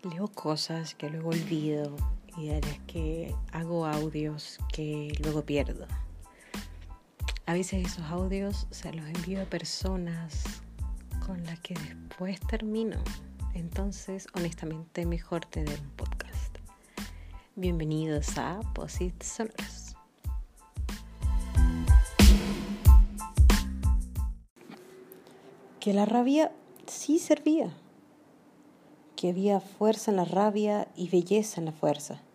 Leo cosas que luego olvido y de las que hago audios que luego pierdo. A veces esos audios se los envío a personas con las que después termino. Entonces, honestamente, mejor tener un podcast. Bienvenidos a Posits Sonoros. Que la rabia sí servía. Que había fuerza en la rabia y belleza en la fuerza.